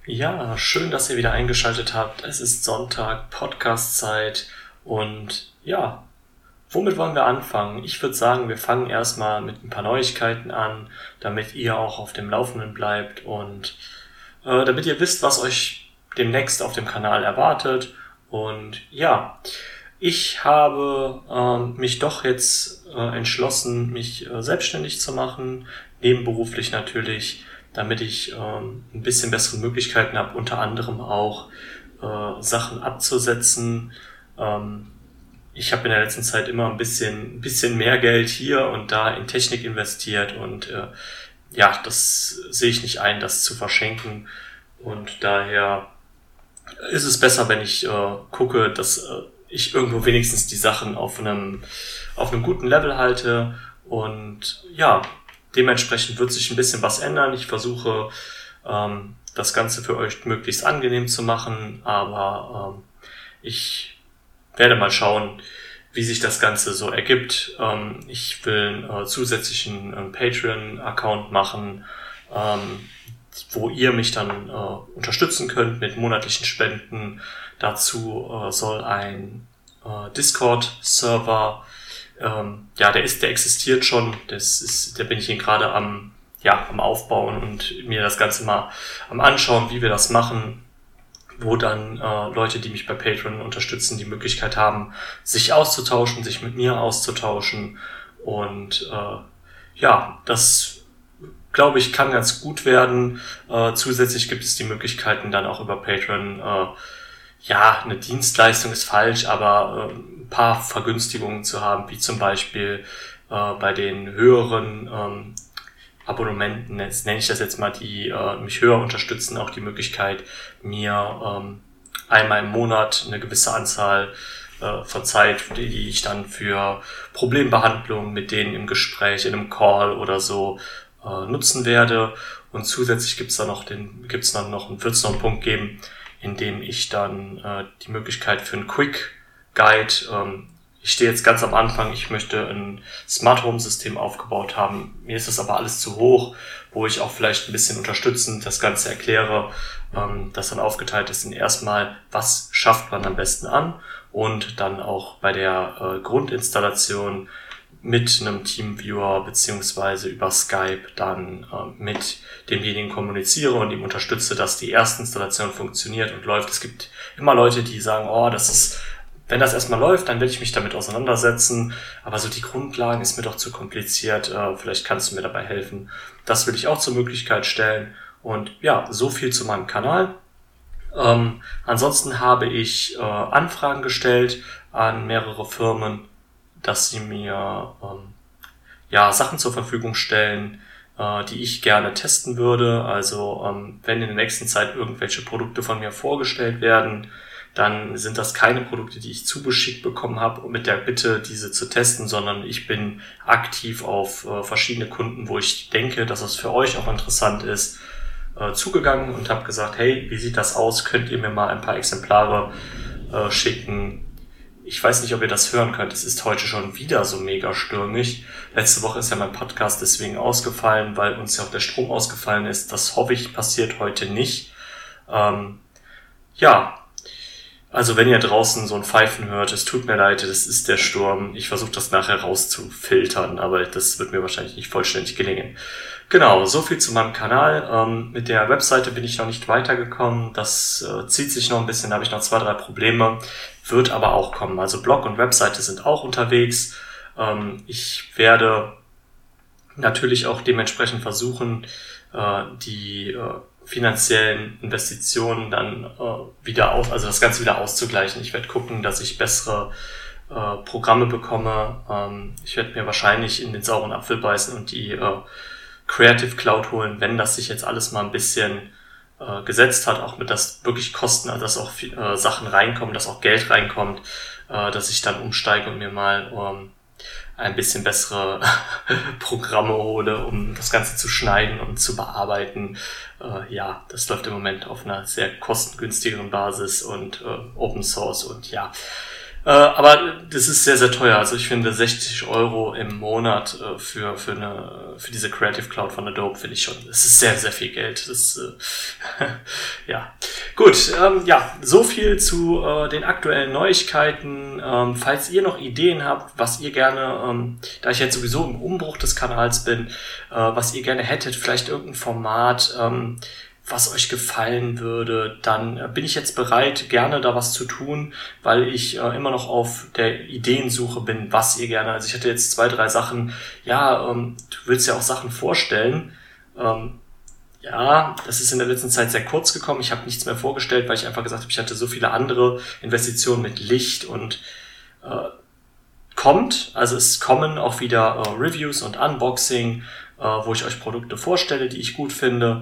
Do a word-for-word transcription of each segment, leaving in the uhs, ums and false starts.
Ja, schön, dass ihr wieder eingeschaltet habt. Es ist Sonntag, Podcast-Zeit und ja, womit wollen wir anfangen? Ich würde sagen, wir fangen erstmal mit ein paar Neuigkeiten an, damit ihr auch auf dem Laufenden bleibt und äh, damit ihr wisst, was euch demnächst auf dem Kanal erwartet. Und ja, ich habe ähm, mich doch jetzt äh, entschlossen, mich äh, selbstständig zu machen, nebenberuflich natürlich, damit ich ähm, ein bisschen bessere Möglichkeiten habe, unter anderem auch äh, Sachen abzusetzen. Ähm, ich habe in der letzten Zeit immer ein bisschen, ein bisschen mehr Geld hier und da in Technik investiert und äh, ja, das sehe ich nicht ein, das zu verschenken. Und daher ist es besser, wenn ich äh, gucke, dass äh, ich irgendwo wenigstens die Sachen auf einem, auf einem guten Level halte. Und ja, dementsprechend wird sich ein bisschen was ändern. Ich versuche, ähm, das Ganze für euch möglichst angenehm zu machen, aber ähm, ich werde mal schauen, wie sich das Ganze so ergibt. Ähm, ich will einen äh, zusätzlichen äh, Patreon-Account machen, ähm, wo ihr mich dann äh, unterstützen könnt mit monatlichen Spenden. Dazu äh, soll ein äh, Discord-Server, ähm, ja, der ist, der existiert schon. Das ist, da bin ich ihn gerade am, ja, am Aufbauen und mir das Ganze mal am Anschauen, wie wir das machen, wo dann äh, Leute, die mich bei Patreon unterstützen, die Möglichkeit haben, sich auszutauschen, sich mit mir auszutauschen. Und äh, ja, das glaube ich, kann ganz gut werden. Äh, zusätzlich gibt es die Möglichkeiten dann auch über Patreon, äh, ja, eine Dienstleistung ist falsch, aber äh, ein paar Vergünstigungen zu haben, wie zum Beispiel äh, bei den höheren ähm, Abonnementen, jetzt nenne ich das jetzt mal, die äh, mich höher unterstützen, auch die Möglichkeit, mir ähm, einmal im Monat eine gewisse Anzahl äh, von Zeit, die ich dann für Problembehandlung mit denen im Gespräch, in einem Call oder so äh, nutzen werde. Und zusätzlich gibt's da noch den, gibt's dann noch, wird es noch einen Punkt geben, in dem ich dann äh, die Möglichkeit für einen Quick Guide, ähm, ich stehe jetzt ganz am Anfang, ich möchte ein Smart Home System aufgebaut haben. Mir ist das aber alles zu hoch, wo ich auch vielleicht ein bisschen unterstützend das Ganze erkläre, ähm, das dann aufgeteilt ist in erstmal, was schafft man am besten an und dann auch bei der äh, Grundinstallation mit einem Teamviewer beziehungsweise über Skype dann äh, mit demjenigen kommuniziere und ihm unterstütze, dass die erste Installation funktioniert und läuft. Es gibt immer Leute, die sagen, oh, das ist, wenn das erstmal läuft, dann will ich mich damit auseinandersetzen, aber so die Grundlagen ist mir doch zu kompliziert, äh, vielleicht kannst du mir dabei helfen. Das will ich auch zur Möglichkeit stellen und ja, so viel zu meinem Kanal. Ähm, ansonsten habe ich äh, Anfragen gestellt an mehrere Firmen, dass sie mir ähm, ja Sachen zur Verfügung stellen, äh, die ich gerne testen würde. Also ähm, wenn in der nächsten Zeit irgendwelche Produkte von mir vorgestellt werden, dann sind das keine Produkte, die ich zugeschickt bekommen habe mit der Bitte, diese zu testen, sondern ich bin aktiv auf äh, verschiedene Kunden, wo ich denke, dass es für euch auch interessant ist, äh, zugegangen und habe gesagt, hey, wie sieht das aus? Könnt ihr mir mal ein paar Exemplare äh, schicken? Ich weiß nicht, ob ihr das hören könnt. Es ist heute schon wieder so mega stürmisch. Letzte Woche ist ja mein Podcast deswegen ausgefallen, weil uns ja auch der Strom ausgefallen ist. Das hoffe ich passiert heute nicht. Ähm, ja, also wenn ihr draußen so ein Pfeifen hört, es tut mir leid, das ist der Sturm. Ich versuche das nachher rauszufiltern, aber das wird mir wahrscheinlich nicht vollständig gelingen. Genau, so viel zu meinem Kanal. Ähm, mit der Webseite bin ich noch nicht weitergekommen. Das äh, zieht sich noch ein bisschen, da habe ich noch zwei, drei Probleme. Wird aber auch kommen. Also Blog und Webseite sind auch unterwegs. Ähm, ich werde natürlich auch dementsprechend versuchen, äh, die äh, finanziellen Investitionen dann äh, wieder auf, also das Ganze wieder auszugleichen. Ich werde gucken, dass ich bessere äh, Programme bekomme. Ähm, ich werde mir wahrscheinlich in den sauren Apfel beißen und die äh, Creative Cloud holen, wenn das sich jetzt alles mal ein bisschen äh, gesetzt hat, auch mit das wirklich Kosten, also dass auch äh, Sachen reinkommen, dass auch Geld reinkommt, äh, dass ich dann umsteige und mir mal ähm, ein bisschen bessere Programme hole, um das Ganze zu schneiden und zu bearbeiten. Äh, ja, das läuft im Moment auf einer sehr kostengünstigeren Basis und äh, Open Source und ja, Äh, aber das ist sehr, sehr teuer. Also ich finde sechzig Euro im Monat äh, für für eine für diese Creative Cloud von Adobe finde ich schon. Das ist sehr, sehr viel Geld. Das äh, ja gut. Ähm, ja, so viel zu äh, den aktuellen Neuigkeiten. Ähm, falls ihr noch Ideen habt, was ihr gerne, ähm, da ich jetzt sowieso im Umbruch des Kanals bin, äh, was ihr gerne hättet, vielleicht irgendein Format. Ähm, was euch gefallen würde, dann bin ich jetzt bereit, gerne da was zu tun, weil ich äh, immer noch auf der Ideensuche bin, was ihr gerne, also ich hatte jetzt zwei, drei Sachen, ja, ähm, du willst ja auch Sachen vorstellen, ähm, ja, das ist in der letzten Zeit sehr kurz gekommen, ich habe nichts mehr vorgestellt, weil ich einfach gesagt habe, ich hatte so viele andere Investitionen mit Licht und äh, kommt, also es kommen auch wieder äh, Reviews und Unboxing, äh, wo ich euch Produkte vorstelle, die ich gut finde.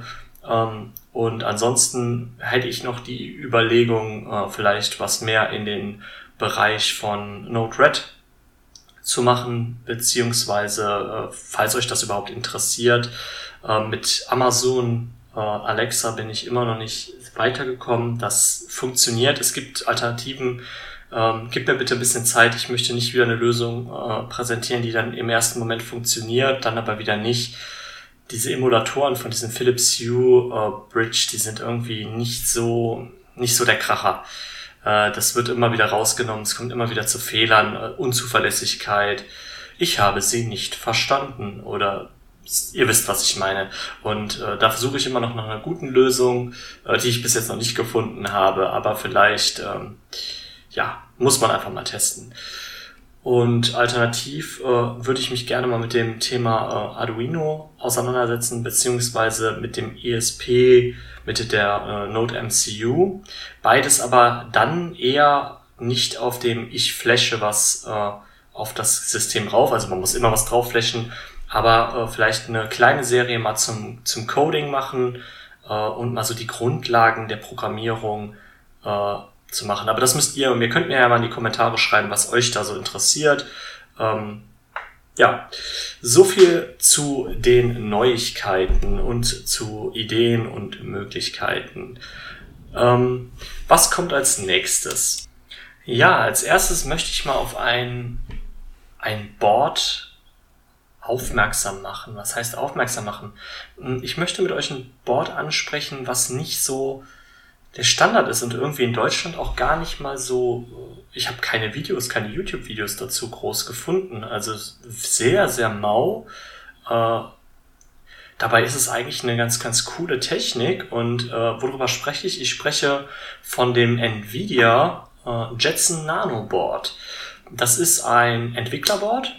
Und ansonsten hätte ich noch die Überlegung, vielleicht was mehr in den Bereich von Node-RED zu machen, beziehungsweise, falls euch das überhaupt interessiert, mit Amazon Alexa bin ich immer noch nicht weitergekommen. Das funktioniert. Es gibt Alternativen. Gib mir bitte ein bisschen Zeit. Ich möchte nicht wieder eine Lösung präsentieren, die dann im ersten Moment funktioniert, dann aber wieder nicht. Diese Emulatoren von diesem Philips Hue äh, Bridge, die sind irgendwie nicht so nicht so der Kracher. Äh, das wird immer wieder rausgenommen, es kommt immer wieder zu Fehlern, äh, Unzuverlässigkeit. Ich habe sie nicht verstanden oder ihr wisst, was ich meine. Und äh, da versuche ich immer noch nach einer guten Lösung, äh, die ich bis jetzt noch nicht gefunden habe, aber vielleicht ähm, ja, muss man einfach mal testen. Und alternativ äh, würde ich mich gerne mal mit dem Thema äh, Arduino auseinandersetzen, beziehungsweise mit dem E S P, mit der äh, Node M C U. Beides aber dann eher nicht auf dem Ich flashe was äh, auf das System rauf, also man muss immer was drauf flashen, aber äh, vielleicht eine kleine Serie mal zum, zum Coding machen äh, und mal so die Grundlagen der Programmierung äh, zu machen. Aber das müsst ihr, und ihr könnt mir ja mal in die Kommentare schreiben, was euch da so interessiert. Ähm, ja, so viel zu den Neuigkeiten und zu Ideen und Möglichkeiten. Ähm, was kommt als nächstes? Ja, als erstes möchte ich mal auf ein, ein Board aufmerksam machen. Was heißt aufmerksam machen? Ich möchte mit euch ein Board ansprechen, was nicht so der Standard ist und irgendwie in Deutschland auch gar nicht mal so, ich habe keine Videos, keine YouTube-Videos dazu groß gefunden, also sehr, sehr mau. Äh, dabei ist es eigentlich eine ganz, ganz coole Technik und äh, worüber spreche ich? Ich spreche von dem Nvidia äh, Jetson Nano Board. Das ist ein Entwicklerboard,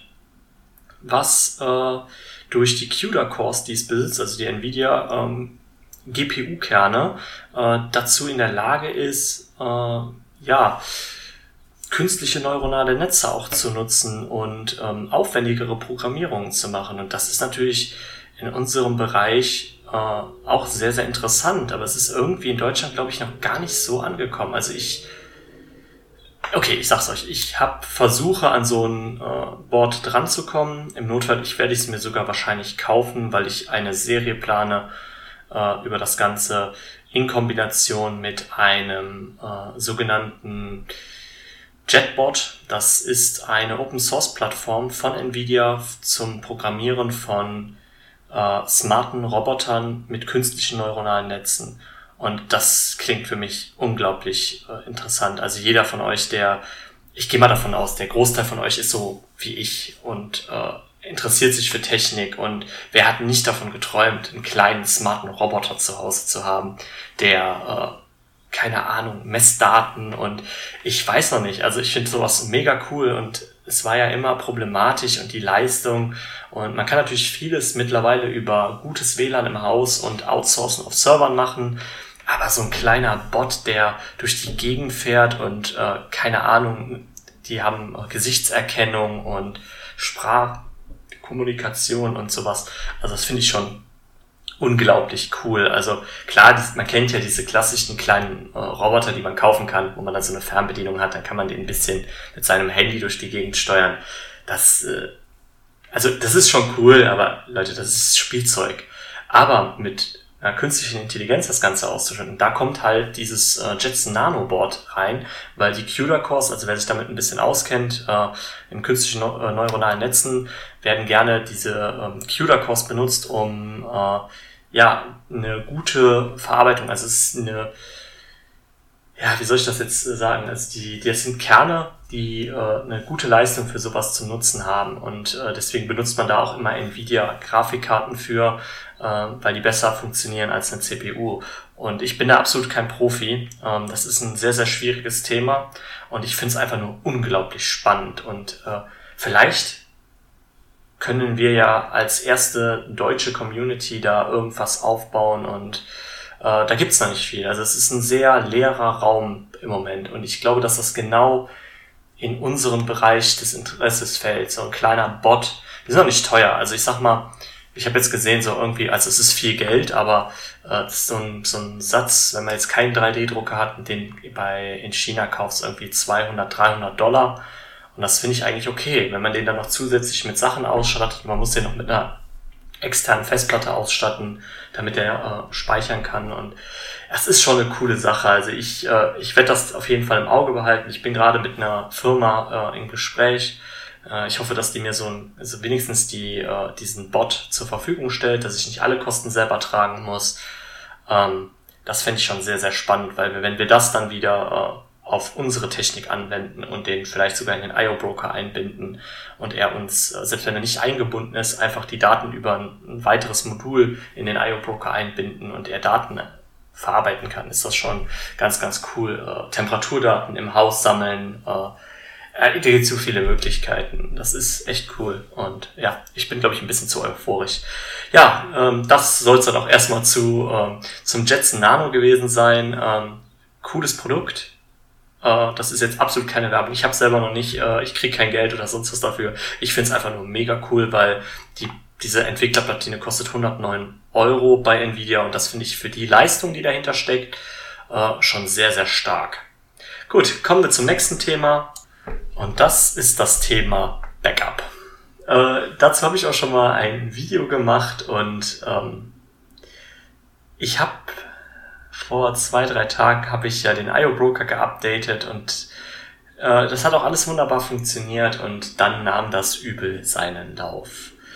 was äh, durch die CUDA-Cores, die es besitzt, also die Nvidia ähm, G P U-Kerne, äh, dazu in der Lage ist, äh, ja, künstliche neuronale Netze auch zu nutzen und ähm, aufwendigere Programmierungen zu machen. Und das ist natürlich in unserem Bereich äh, auch sehr, sehr interessant. Aber es ist irgendwie in Deutschland, glaube ich, noch gar nicht so angekommen. Also ich, okay, ich sag's euch, ich habe Versuche, an so ein äh, Board dran zu kommen. Im Notfall, ich werde es mir sogar wahrscheinlich kaufen, weil ich eine Serie plane, über das Ganze in Kombination mit einem äh, sogenannten JetBot. Das ist eine Open-Source-Plattform von Nvidia zum Programmieren von äh, smarten Robotern mit künstlichen neuronalen Netzen. Und das klingt für mich unglaublich äh, interessant. Also jeder von euch, der, ich gehe mal davon aus, der Großteil von euch ist so wie ich und äh, interessiert sich für Technik, und wer hat nicht davon geträumt, einen kleinen, smarten Roboter zu Hause zu haben, der, äh, keine Ahnung, Messdaten und ich weiß noch nicht, also ich finde sowas mega cool und es war ja immer problematisch und die Leistung, und man kann natürlich vieles mittlerweile über gutes W L A N im Haus und Outsourcen auf Servern machen, aber so ein kleiner Bot, der durch die Gegend fährt und, äh, keine Ahnung, die haben Gesichtserkennung und Sprach Kommunikation und sowas. Also das finde ich schon unglaublich cool. Also klar, man kennt ja diese klassischen kleinen äh, Roboter, die man kaufen kann, wo man dann so eine Fernbedienung hat, dann kann man den ein bisschen mit seinem Handy durch die Gegend steuern. Das, äh, also das ist schon cool, aber Leute, das ist Spielzeug. Aber mit äh, künstlichen Intelligenz das Ganze auszuschütten. Da kommt halt dieses äh, Jetson Nano Board rein, weil die CUDA-Cores, also wer sich damit ein bisschen auskennt, äh, in künstlichen äh, neuronalen Netzen werden gerne diese ähm, CUDA-Cores benutzt, um äh, ja eine gute Verarbeitung, also es ist eine, ja, wie soll ich das jetzt sagen, also die, das sind Kerne, die äh, eine gute Leistung für sowas zu nutzen haben und äh, deswegen benutzt man da auch immer Nvidia-Grafikkarten für, äh, weil die besser funktionieren als eine C P U. Und ich bin da absolut kein Profi. Ähm, das ist ein sehr, sehr schwieriges Thema und ich finde es einfach nur unglaublich spannend und äh, vielleicht können wir ja als erste deutsche Community da irgendwas aufbauen und äh, da gibt's noch nicht viel. Also es ist ein sehr leerer Raum im Moment und ich glaube, dass das genau in unserem Bereich des Interesses fällt. So ein kleiner Bot, die sind auch nicht teuer. Also ich sag mal, ich habe jetzt gesehen, so irgendwie, also es ist viel Geld, aber äh, das ist so ein, so ein Satz, wenn man jetzt keinen drei D-Drucker hat und den bei in China kaufst, irgendwie zweihundert, dreihundert Dollar. Und das finde ich eigentlich okay, wenn man den dann noch zusätzlich mit Sachen ausstattet. Man muss den noch mit einer externen Festplatte ausstatten, damit er äh, speichern kann. Und es ist schon eine coole Sache. Also ich äh, ich werde das auf jeden Fall im Auge behalten. Ich bin gerade mit einer Firma äh, im Gespräch. Äh, ich hoffe, dass die mir so ein, also wenigstens die äh, diesen Bot zur Verfügung stellt, dass ich nicht alle Kosten selber tragen muss. Ähm, das fände ich schon sehr, sehr spannend, weil wir, wenn wir das dann wieder äh, auf unsere Technik anwenden und den vielleicht sogar in den I O-Broker einbinden und er uns, selbst wenn er nicht eingebunden ist, einfach die Daten über ein weiteres Modul in den I O-Broker einbinden und er Daten verarbeiten kann, ist das schon ganz, ganz cool. Äh, Temperaturdaten im Haus sammeln, äh, es gibt zu viele Möglichkeiten. Das ist echt cool und ja, ich bin, glaube ich, ein bisschen zu euphorisch. Ja, ähm, das soll es dann auch erstmal zu ähm, zum Jetson Nano gewesen sein. Ähm, cooles Produkt. Das ist jetzt absolut keine Werbung. Ich habe selber noch nicht, ich kriege kein Geld oder sonst was dafür. Ich finde es einfach nur mega cool, weil die diese Entwicklerplatine kostet hundertneun Euro bei Nvidia und das finde ich für die Leistung, die dahinter steckt, schon sehr, sehr stark. Gut, kommen wir zum nächsten Thema und das ist das Thema Backup. Äh, dazu habe ich auch schon mal ein Video gemacht und ähm, ich habe vor zwei, drei Tagen habe ich ja den I O-Broker geupdatet und äh, das hat auch alles wunderbar funktioniert und dann nahm das Übel seinen Lauf.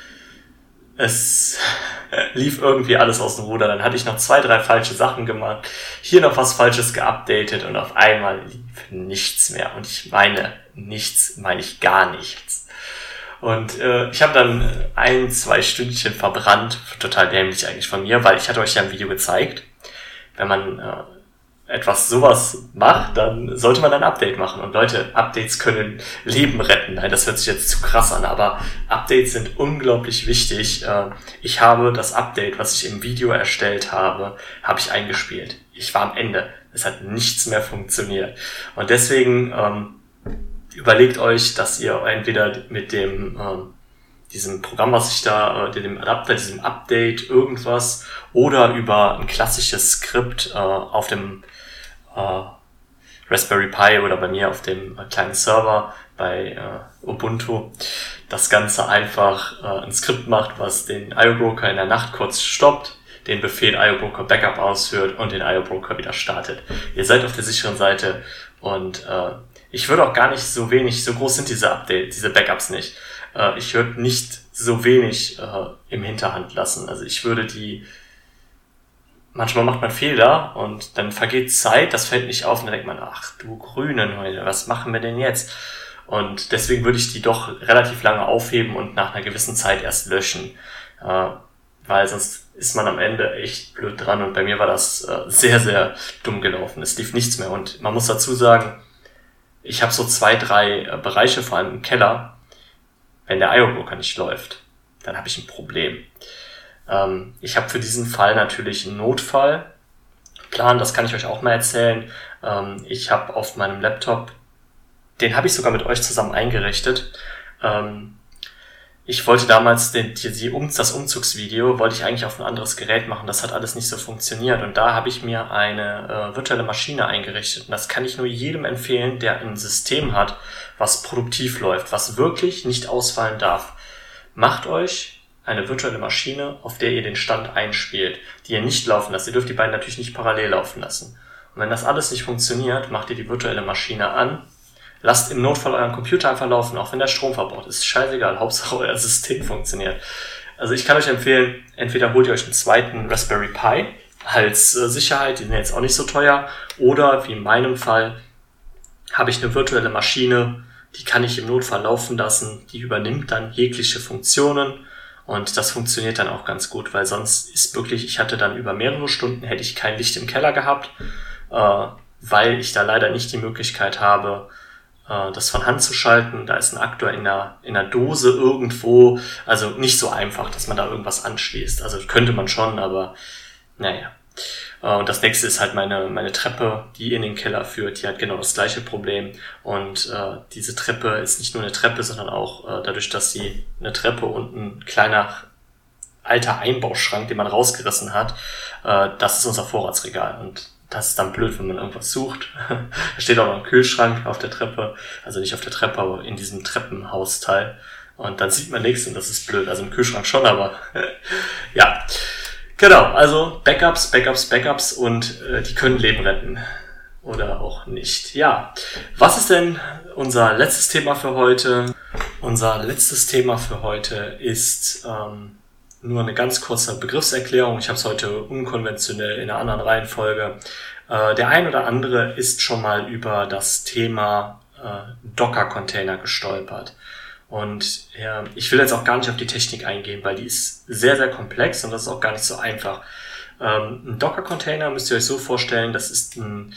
Es lief irgendwie alles aus dem Ruder, dann hatte ich noch zwei, drei falsche Sachen gemacht, hier noch was Falsches geupdatet und auf einmal lief nichts mehr und ich meine nichts, meine ich gar nichts. Und äh, ich habe dann ein, zwei Stündchen verbrannt, total dämlich eigentlich von mir, weil ich hatte euch ja im Video gezeigt, wenn man äh, etwas sowas macht, dann sollte man ein Update machen. Und Leute, Updates können Leben retten. Nein, das hört sich jetzt zu krass an, aber Updates sind unglaublich wichtig. Äh, ich habe das Update, was ich im Video erstellt habe, habe ich eingespielt. Ich war am Ende. Es hat nichts mehr funktioniert. Und deswegen ähm, überlegt euch, dass ihr entweder mit dem ähm, diesem Programm, was ich da, äh, dem Adapter, diesem Update, irgendwas, oder über ein klassisches Skript äh, auf dem äh, Raspberry Pi oder bei mir auf dem äh, kleinen Server bei äh, Ubuntu, das Ganze einfach äh, ein Skript macht, was den I O-Broker in der Nacht kurz stoppt, den Befehl I O-Broker Backup ausführt und den I O-Broker wieder startet. Ihr seid auf der sicheren Seite und äh, ich würde auch gar nicht so wenig, so groß sind diese Updates, diese Backups nicht. Äh, ich würde nicht so wenig äh, im Hinterhand lassen. Also ich würde die, manchmal macht man Fehler und dann vergeht Zeit, das fällt nicht auf und dann denkt man, ach du grüne Neune, was machen wir denn jetzt? Und deswegen würde ich die doch relativ lange aufheben und nach einer gewissen Zeit erst löschen. Äh, weil sonst ist man am Ende echt blöd dran und bei mir war das äh, sehr, sehr dumm gelaufen. Es lief nichts mehr und man muss dazu sagen, ich habe so zwei, drei äh, Bereiche, vor allem im Keller. Wenn der I O-Broker nicht läuft, dann habe ich ein Problem. Ähm, ich habe für diesen Fall natürlich einen Notfallplan, das kann ich euch auch mal erzählen. Ähm, ich habe auf meinem Laptop, den habe ich sogar mit euch zusammen eingerichtet. Ähm, ich wollte damals den, die, die um, das Umzugsvideo, wollte ich eigentlich auf ein anderes Gerät machen, das hat alles nicht so funktioniert und da habe ich mir eine äh, virtuelle Maschine eingerichtet und das kann ich nur jedem empfehlen, der ein System hat, was produktiv läuft, was wirklich nicht ausfallen darf. Macht euch eine virtuelle Maschine, auf der ihr den Stand einspielt, die ihr nicht laufen lasst. Ihr dürft die beiden natürlich nicht parallel laufen lassen. Und wenn das alles nicht funktioniert, macht ihr die virtuelle Maschine an, lasst im Notfall euren Computer einfach laufen, auch wenn der Strom verbraucht ist. Scheißegal, Hauptsache euer System funktioniert. Also ich kann euch empfehlen, entweder holt ihr euch einen zweiten Raspberry Pi als äh, Sicherheit, die sind jetzt auch nicht so teuer, oder wie in meinem Fall habe ich eine virtuelle Maschine, die kann ich im Notfall laufen lassen, die übernimmt dann jegliche Funktionen und das funktioniert dann auch ganz gut, weil sonst ist wirklich, ich hatte dann über mehrere Stunden, hätte ich kein Licht im Keller gehabt, äh, weil ich da leider nicht die Möglichkeit habe, äh, das von Hand zu schalten. Da ist ein Aktor in einer, in einer Dose irgendwo, also nicht so einfach, dass man da irgendwas anschließt. Also könnte man schon, aber naja. Und das nächste ist halt meine meine Treppe, die in den Keller führt. Die hat genau das gleiche Problem. Und äh, diese Treppe ist nicht nur eine Treppe, sondern auch äh, dadurch, dass sie eine Treppe und ein kleiner alter Einbauschrank, den man rausgerissen hat, äh, das ist unser Vorratsregal. Und das ist dann blöd, wenn man irgendwas sucht. Da steht auch noch ein Kühlschrank auf der Treppe. Also nicht auf der Treppe, aber in diesem Treppenhausteil. Und dann sieht man nichts und das ist blöd. Also im Kühlschrank schon, aber ja. Genau, also Backups, Backups, Backups und äh, die können Leben retten. Oder auch nicht. Ja, was ist denn unser letztes Thema für heute? Unser letztes Thema für heute ist ähm, nur eine ganz kurze Begriffserklärung. Ich habe es heute unkonventionell in einer anderen Reihenfolge. Äh, der ein oder andere ist schon mal über das Thema äh, Docker-Container gestolpert. Und ja, ich will jetzt auch gar nicht auf die Technik eingehen, weil die ist sehr, sehr komplex und das ist auch gar nicht so einfach. Ähm, ein Docker-Container müsst ihr euch so vorstellen, das ist ein,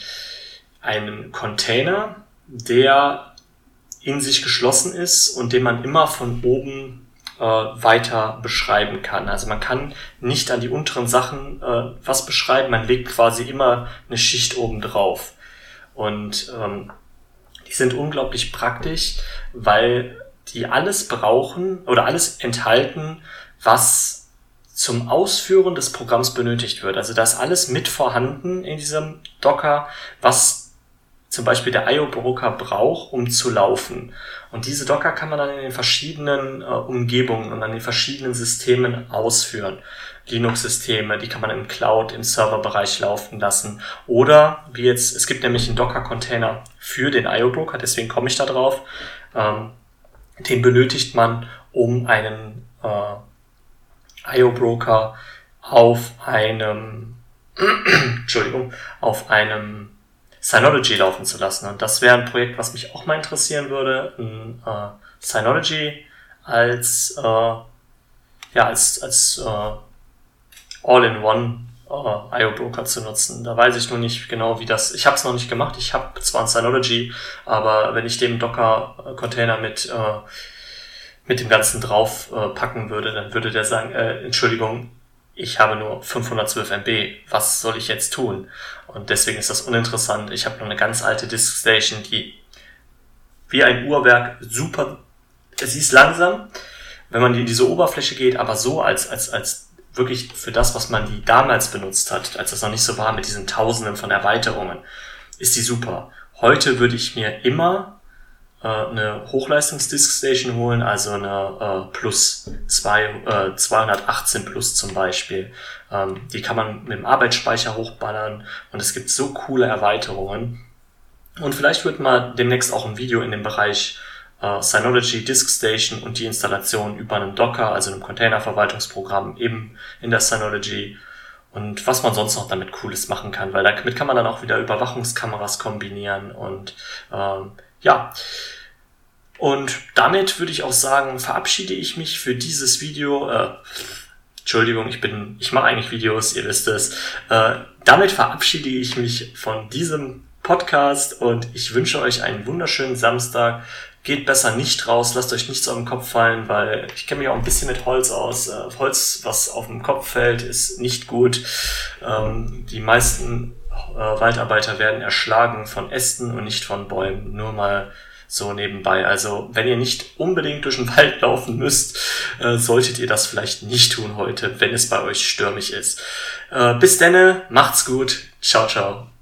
ein Container, der in sich geschlossen ist und den man immer von oben äh, weiter beschreiben kann. Also man kann nicht an die unteren Sachen äh, was beschreiben, man legt quasi immer eine Schicht oben drauf. Und ähm, die sind unglaublich praktisch, weil die alles brauchen oder alles enthalten, was zum Ausführen des Programms benötigt wird. Also da ist alles mit vorhanden in diesem Docker, was zum Beispiel der I O-Broker braucht, um zu laufen. Und diese Docker kann man dann in den verschiedenen äh, Umgebungen und an den verschiedenen Systemen ausführen. Linux-Systeme, die kann man im Cloud, im Serverbereich laufen lassen. Oder, wie jetzt, es gibt nämlich einen Docker-Container für den I O-Broker, deswegen komme ich da drauf. Ähm, Den benötigt man, um einen äh, I O-Broker auf einem Entschuldigung, auf einem Synology laufen zu lassen. Und das wäre ein Projekt, was mich auch mal interessieren würde, ein äh, Synology als äh, ja als als äh, All-in-One äh, I O-Broker zu nutzen. Da weiß ich nur nicht genau, wie das. Ich habe es noch nicht gemacht. Ich habe zwar ein Synology, aber wenn ich dem Docker-Container mit äh, mit dem Ganzen drauf äh, packen würde, dann würde der sagen, äh, Entschuldigung, ich habe nur fünfhundertzwölf Megabyte. Was soll ich jetzt tun? Und deswegen ist das uninteressant. Ich habe noch eine ganz alte Diskstation, die wie ein Uhrwerk super. Sie ist langsam, wenn man in diese Oberfläche geht, aber so als als als wirklich für das, was man die damals benutzt hat, als das noch nicht so war mit diesen Tausenden von Erweiterungen, ist die super. Heute würde ich mir immer äh, eine Hochleistungs-Diskstation holen, also eine äh, Plus zwei, äh, zweihundertachtzehn Plus zum Beispiel. Ähm, die kann man mit dem Arbeitsspeicher hochballern und es gibt so coole Erweiterungen. Und vielleicht wird mal demnächst auch ein Video in dem Bereich Uh, Synology Diskstation und die Installation über einen Docker, also einem Containerverwaltungsprogramm eben in der Synology und was man sonst noch damit Cooles machen kann, weil damit kann man dann auch wieder Überwachungskameras kombinieren und ähm, ja. Und damit würde ich auch sagen, verabschiede ich mich für dieses Video. Äh, Entschuldigung, ich bin, ich mache eigentlich Videos, ihr wisst es. Äh, damit verabschiede ich mich von diesem Podcast und ich wünsche euch einen wunderschönen Samstag. Geht besser nicht raus, lasst euch nichts auf den Kopf fallen, weil ich kenne mich auch ein bisschen mit Holz aus. Äh, Holz, was auf den Kopf fällt, ist nicht gut. Ähm, die meisten äh, Waldarbeiter werden erschlagen von Ästen und nicht von Bäumen. Nur mal so nebenbei. Also wenn ihr nicht unbedingt durch den Wald laufen müsst, äh, solltet ihr das vielleicht nicht tun heute, wenn es bei euch stürmisch ist. Äh, bis denne, macht's gut. Ciao, ciao.